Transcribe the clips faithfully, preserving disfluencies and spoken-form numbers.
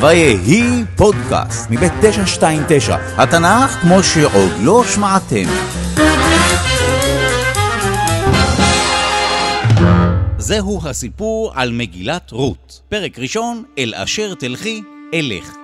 ויהי פודקאסט מבית תשע שתיים תשע, התנ"ך כמו שעוד לא שמעתם. זהו הסיפור על מגילת רות. פרק ראשון, אל אשר תלכי אלך.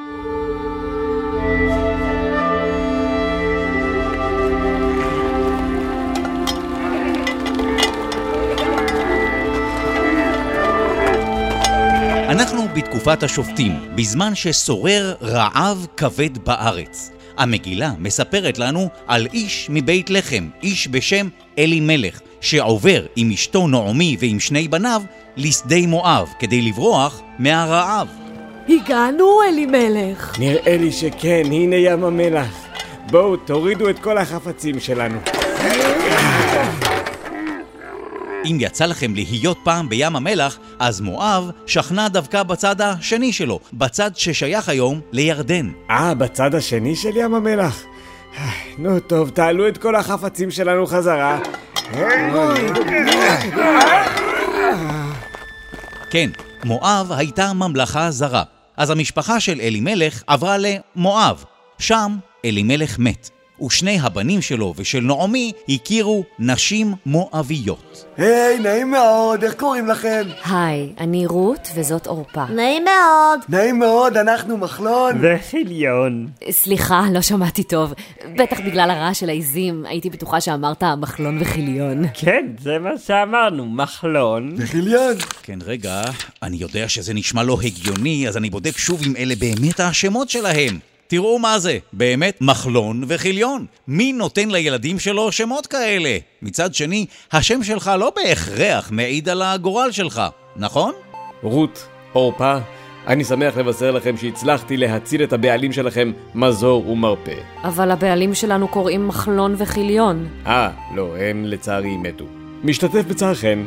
אנחנו בתקופת השופטים, בזמן ששורר רעב כבד בארץ. המגילה מספרת לנו על איש מבית לחם, איש בשם אלימלך, שעובר עם אשתו נעמי ועם שני בניו לשדה מואב כדי לברוח מהרעב. הגענו, אלימלך. נראה לי שכן, הנה ים המלח. בואו, תורידו את כל החפצים שלנו. אם יצא לכם להיות פעם בים המלח, אז מואב שכנה דווקא בצד השני שלו, בצד ששייך היום לירדן. אה, בצד השני של ים המלח? נו טוב, תעלו את כל החפצים שלנו חזרה. כן, מואב הייתה ממלכה זרה. אז המשפחה של אלימלך עברה למואב. שם אלימלך מת. ושני הבנים שלו ושל נעמי הכירו נשים מואביות. היי, נעים מאוד, איך קוראים לכם? היי, אני רות וזאת אורפה. נעים מאוד. נעים מאוד, אנחנו מחלון וחיליון. סליחה, לא שמעתי טוב. בטח בגלל הרעש של העיזים, הייתי בטוחה שאמרת מחלון וחיליון. כן, זה מה שאמרנו, מחלון וחיליון. כן, רגע, אני יודע שזה נשמע לא הגיוני, אז אני בודק שוב אם אלה באמת השמות שלהם. תראו מה זה, באמת מחלון וחיליון. מי נותן לילדים שלו שמות כאלה? מצד שני, השם שלך לא בהכרח מעיד על הגורל שלך, נכון? רות, אורפה, אני שמח לבשר לכם שהצלחתי להציל את הבעלים שלכם מזור ומרפא. אבל הבעלים שלנו קוראים מחלון וחיליון. אה, לא, הם לצערי מתו. משתתף בצערכם.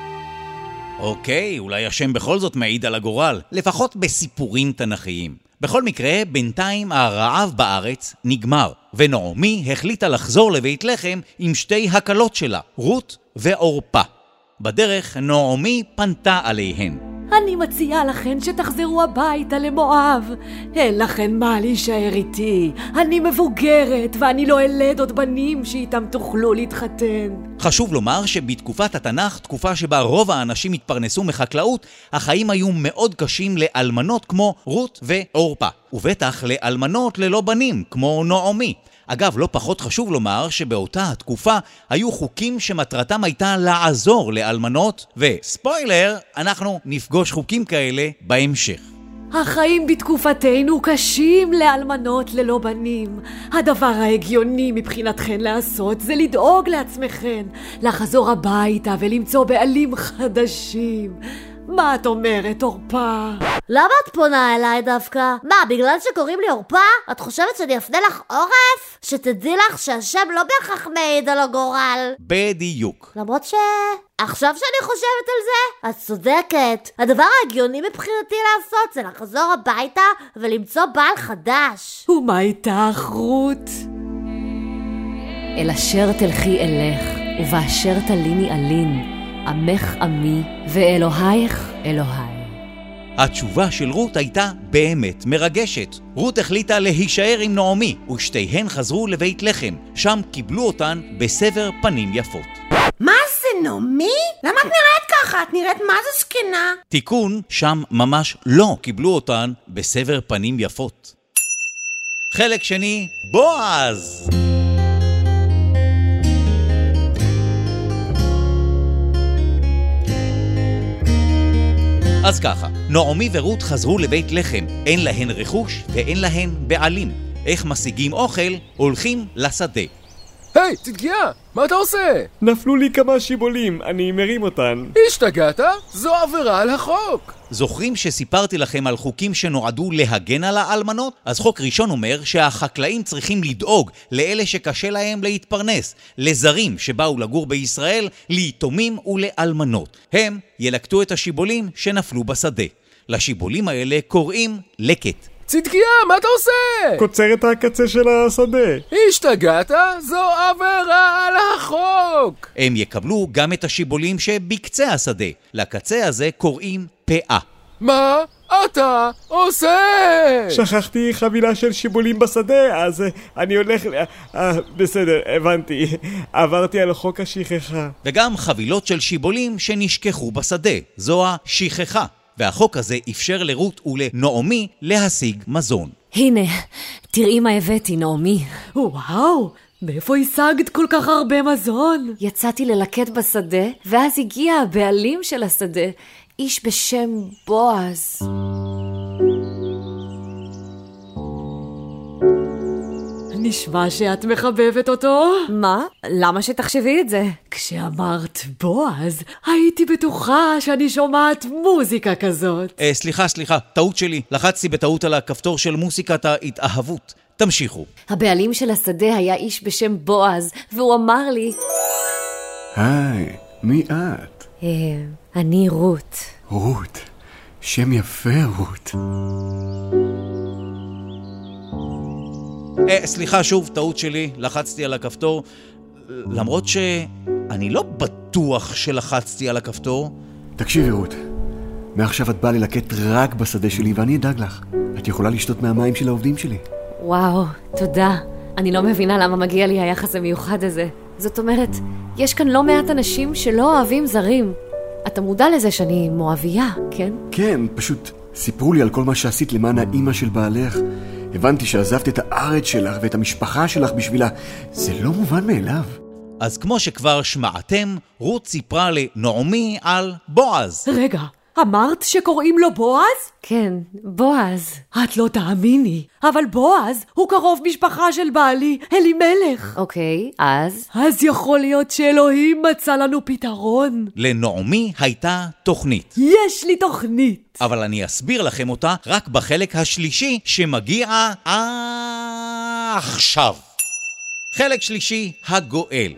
אוקיי, אולי השם בכל זאת מעיד על הגורל, לפחות בסיפורים תנכיים. בכל מקרה, בינתיים הרעב בארץ נגמר, ונעמי החליטה לחזור לבית לחם עם שתי הקלות שלה, רות ואורפה. בדרך נעמי פנתה עליהן. אני מציעה לכן שתחזרו הביתה למואב. אין לכן מה להישאר איתי. אני מבוגרת ואני לא אלד עוד בנים שאיתם תוכלו להתחתן. חשוב לומר שבתקופת התנ"ך, תקופה שבה רוב האנשים התפרנסו מחקלאות, החיים היו מאוד קשים לאלמנות כמו רות ואורפה, ובטח לאלמנות ללא בנים כמו נעמי. אגב, לא פחות חשוב לומר שבאותה התקופה היו חוקים שמטרתם הייתה לעזור לאלמנות, וספוילר, אנחנו נפגוש חוקים כאלה בהמשך. החיים בתקופתנו קשים לאלמנות ללא בנים. הדבר ההגיוני מבחינתכן לעשות זה לדאוג לעצמכן, לחזור הביתה ולמצוא בעלים חדשים. מה את אומרת, אורפה? למה את פונה אליי דווקא? מה, בגלל שקוראים לי אורפה? את חושבת שאני אפנה לך עורף? שתדעי לך שהשם לא בהכרח מעיד על הגורל. בדיוק. למרות ש... עכשיו שאני חושבת על זה, את צודקת. הדבר ההגיוני מבחינתי לעשות זה לחזור הביתה ולמצוא בעל חדש. ומה איתך, רות? אל אשר תלכי אלך, ובאשר תליני אלין. עמך עמי ואלוהיך אלוהי. התשובה של רות הייתה באמת מרגשת. רות החליטה להישאר עם נעמי, ושתיהן חזרו לבית לחם. שם קיבלו אותן בסבר פנים יפות. מה זה, נעמי? למה את נראית ככה? את נראית מה זה זקנה? תיקון, שם ממש לא קיבלו אותן בסבר פנים יפות. חלק שני, בועז! אז ככה, נעמי ורות חזרו לבית לחם, אין להן רכוש ואין להן בעלים. איך משיגים אוכל? הולכים לשדה. היי, צדקיה, מה אתה עושה? נפלו לי כמה שיבולים, אני מרים אותן. השתגעת? זו עבירה על החוק. זוכרים שסיפרתי לכם על חוקים שנועדו להגן על האלמנות? אז חוק ראשון אומר שהחקלאים צריכים לדאוג לאלה שקשה להם להתפרנס, לזרים שבאו לגור בישראל, ליתומים ולאלמנות. הם ילקטו את השיבולים שנפלו בשדה. לשיבולים האלה קוראים לקט. צדקיה, מה אתה עושה? קוצר את הקצה של השדה. השתגעת? זו עבירה על החוק. הם יקבלו גם את השיבולים שבקצה השדה. לקצה הזה קוראים פאה. מה אתה עושה? שכחתי חבילה של שיבולים בשדה, אז אני הולך... אה, בסדר, הבנתי. עברתי על חוק השכחה. וגם חבילות של שיבולים שנשכחו בשדה. זו השכחה. והחוק הזה אפשר לרות ולנעמי להשיג מזון. הנה, תראי מה הבאתי, נעמי. וואו, מאיפה השגת כל כך הרבה מזון? יצאתי ללקט בשדה, ואז הגיע הבעלים של השדה, איש בשם בועז. נשמע שאת מחבבת אותו. מה? למה שתחשבי את זה? כשאמרת בועז, הייתי בטוחה שאני שומעת מוזיקה כזאת. אה, סליחה, סליחה, טעות שלי. לחצתי בטעות על הכפתור של מוזיקת ההתאהבות. תמשיכו. הבעלים של השדה היה איש בשם בועז, והוא אמר לי... היי, מי את? אה, אני רות. רות, שם יפה רות. אה, סליחה, שוב, טעות שלי. לחצתי על הכפתור. למרות שאני לא בטוח שלחצתי על הכפתור. תקשיבי רות, מעכשיו את באה ללקט רק בשדה שלי ואני אדאג לך. את יכולה לשתות מהמים של העובדים שלי. וואו, תודה. אני לא מבינה למה מגיע לי היחס המיוחד הזה. זאת אומרת, יש כאן לא מעט אנשים שלא אוהבים זרים. אתה מודע לזה שאני מואביה, כן? כן, פשוט סיפרו לי על כל מה שעשית למען האמא של בעלך. הבנתי שעזבת את הארץ שלך ואת המשפחה שלך בשבילה. זה לא מובן מאליו. אז כמו שכבר שמעתם, רות סיפרה לנעמי על בועז. רגע, אמרת שקוראים לו בועז? כן, בועז. את לא תאמיני, אבל בועז הוא קרוב משפחה של בעלי, אלימלך. אוקיי, אז? אז יכול להיות שאלוהים מצא לנו פתרון. לנעמי הייתה תוכנית. יש לי תוכנית. אבל אני אסביר לכם אותה רק בחלק השלישי שמגיע עכשיו. חלק שלישי, הגואל.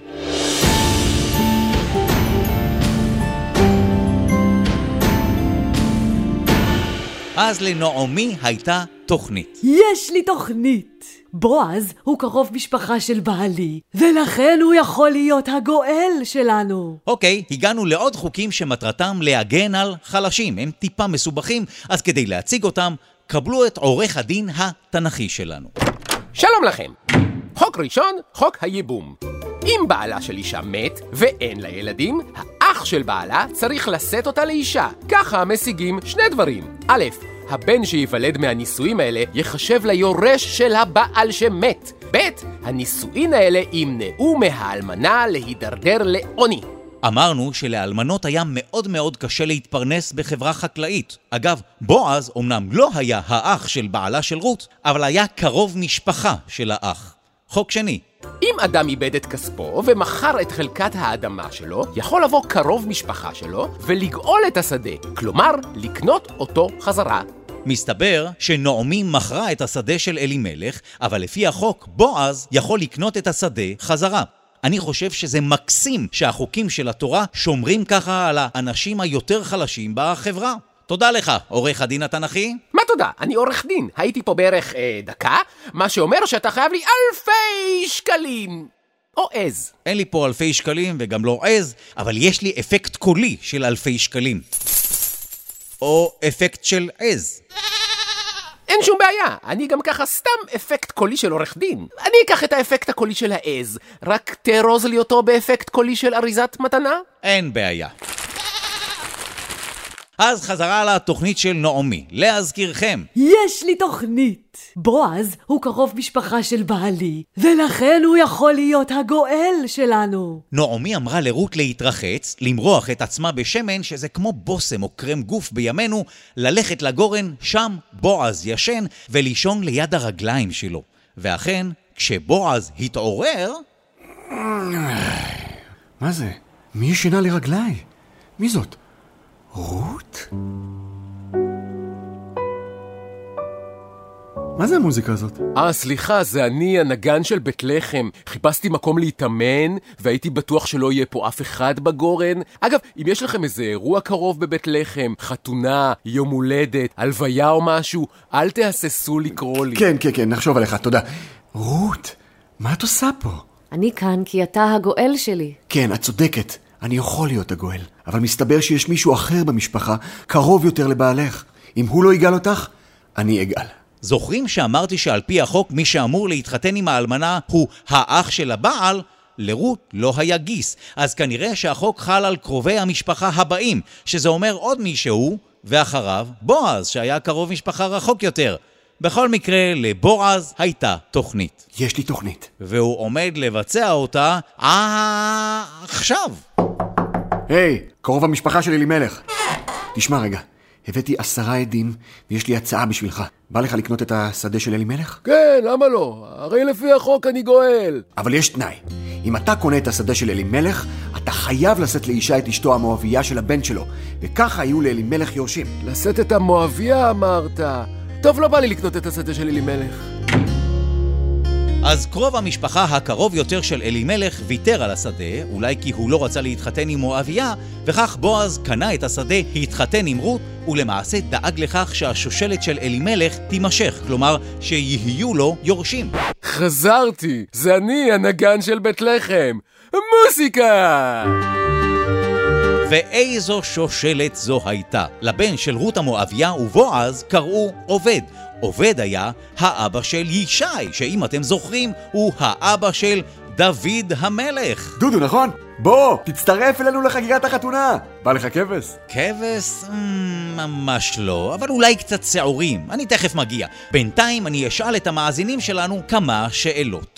אז לנעמי הייתה תוכנית. יש לי תוכנית. בועז הוא קרוב משפחה של בעלי, ולכן הוא יכול להיות הגואל שלנו. אוקיי, הגענו לעוד חוקים שמטרתם להגן על חלשים. הם טיפה מסובכים, אז כדי להציג אותם, קבלו את עורך הדין התנ"כי שלנו. שלום לכם. חוק ראשון, חוק הייבום. אם בעלה של אישה מת ואין לה ילדים, האח של בעלה צריך לשאת אותה לאישה. ככה משיגים שני דברים. א', הבן שיוולד מהנישואים האלה יחשב ליורש של הבעל שמת. ב', הנישואין האלה ימנעו מהאלמנה להידרדר לעוני. אמרנו שלאלמנות היה מאוד מאוד קשה להתפרנס בחברה חקלאית. אגב, בועז אומנם לא היה האח של בעלה של רות, אבל היה קרוב משפחה של האח. חוק שני. אם אדם איבד את כספו ומכר את חלקת האדמה שלו, יכול לבוא קרוב משפחה שלו ולגאול את השדה, כלומר, לקנות אותו חזרה. מסתבר שנעמי מכרה את השדה של אלימלך, אבל לפי החוק, בועז יכול לקנות את השדה חזרה. אני חושב שזה מקסים שהחוקים של התורה שומרים ככה על האנשים היותר חלשים בחברה. תודה לך, עורך הדין התנ"כי. מה תודה? אני עורך דין. הייתי פה בערך אה, דקה, מה שאומר שאתה חייב לי אלפי שקלים. או עז. אין לי פה אלפי שקלים וגם לא עז, אבל יש לי אפקט קולי של אלפי שקלים. או אפקט של עז. אין שום בעיה, אני גם ככה סתם אפקט קולי של עורך דין. אני אקח את האפקט הקולי של העז, רק תרוז לי אותו באפקט קולי של אריזת מתנה? אין בעיה. אז חזרה לתוכנית של נעמי. להזכירכם, יש לי תוכנית. בועז הוא קרוב משפחה של בעלי, ולכן הוא יכול להיות הגואל שלנו. נעמי אמרה לרות להתרחץ, למרוח את עצמה בשמן, שזה כמו בוסם או קרם גוף בימינו, ללכת לגורן, שם בועז ישן, ולישון ליד הרגליים שלו. ואכן, כשבועז התעורר... מה זה? מי ישנה לרגליי? מי זאת? רות? מה זה המוזיקה הזאת? אה, סליחה, זה אני, הנגן של בית לחם. חיפשתי מקום להתאמן, והייתי בטוח שלא יהיה פה אף אחד בגורן. אגב, אם יש לכם איזה אירוע קרוב בבית לחם, חתונה, יום הולדת, הלוויה או משהו, אל תהססו לקרוא לי. כן, כן, כן, נחשוב עליך, תודה. רות, מה את עושה פה? אני כאן כי אתה הגואל שלי. כן, את צודקת. אני יכול להיות הגואל, אבל מסתבר שיש מישהו אחר במשפחה, קרוב יותר לבעלך. אם הוא לא יגאל אותך, אני אגאל. זוכרים שאמרתי שעל פי החוק מי שאמור להתחתן עם האלמנה הוא האח של הבעל? לרות לא היה גיס, אז כנראה שהחוק חל על קרובי המשפחה הבאים, שזה אומר עוד מישהו, ואחריו בועז שהיה קרוב משפחה רחוק יותר. בכל מקרה, לבועז הייתה תוכנית. יש לי תוכנית. והוא עומד לבצע אותה אה... עכשיו. היי, קרוב המשפחה של אלימלך. תשמע רגע, הבאתי עשרה עדים ויש לי הצעה בשבילך. בא לך לקנות את השדה של אלימלך? כן, למה לא? הרי לפי החוק אני גואל. אבל יש תנאי. אם אתה קונה את השדה של אלימלך, אתה חייב לשאת לאישה את אשתו המואביה של הבן שלו, וככה יהיו לאלימלך יורשים. לשאת את המואביה אמרת. טוב, לא בא לי לקנות את השדה של אלימלך. אז קרוב המשפחה הקרוב יותר של אלימלך ויתר על השדה, אולי כי הוא לא רצה להתחתן עם מואביה, וכך בועז קנה את השדה, התחתן עם רות, ולמעשה דאג לכך שהשושלת של אלימלך תימשך, כלומר שיהיו לו יורשים. חזרתי, זה אני הנגן של בית לחם. מוסיקה! ואיזו שושלת זו הייתה. לבן של רות המואביה ובועז קראו עובד. עובד היה האבא של ישי, שאם אתם זוכרים, הוא האבא של דוד המלך. דודו, נכון? בוא, תצטרף אלינו לחגיגת החתונה. בא לך כבש? כבש? ממש לא, אבל אולי קצת שעורים. אני תכף מגיע. בינתיים אני אשאל את המאזינים שלנו כמה שאלות.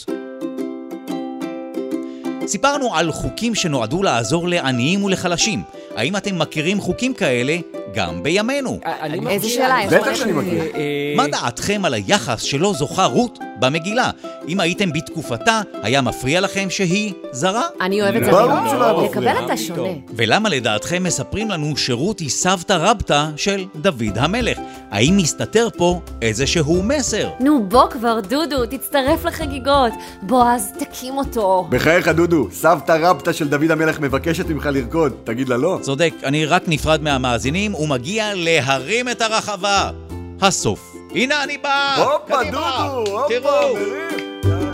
סיפרנו על חוקים שנועדו לעזור לעניים ולחלשים. האם אתם מכירים חוקים כאלה גם בימינו? איזה שאלה? בטח שאני מכיר. מה דעתכם על היחס שלו זוכה רות במגילה? אם הייתם בתקופתה, היה מפריע לכם שהיא זרה? אני אוהבת את ברור שלא זה. מפריע. לקבל את השונה. ולמה לדעתכם מספרים לנו שרות היא סבתא רבתא של דוד המלך? האם מסתתר פה איזשהו מסר? נו בוא כבר דודו, תצטרף לחגיגות. בועז, תקים אותו. בחייך דודו, סבתא רבתא של דוד המלך מבקשת ממך לרקוד, תגיד לה לא. צודק, אני רק נפרד מהמאזינים ומגיע להרים את הרחבה. הסוף. הנה אני בא! הופה קדימה! דודו, הופה, תראו! מרים.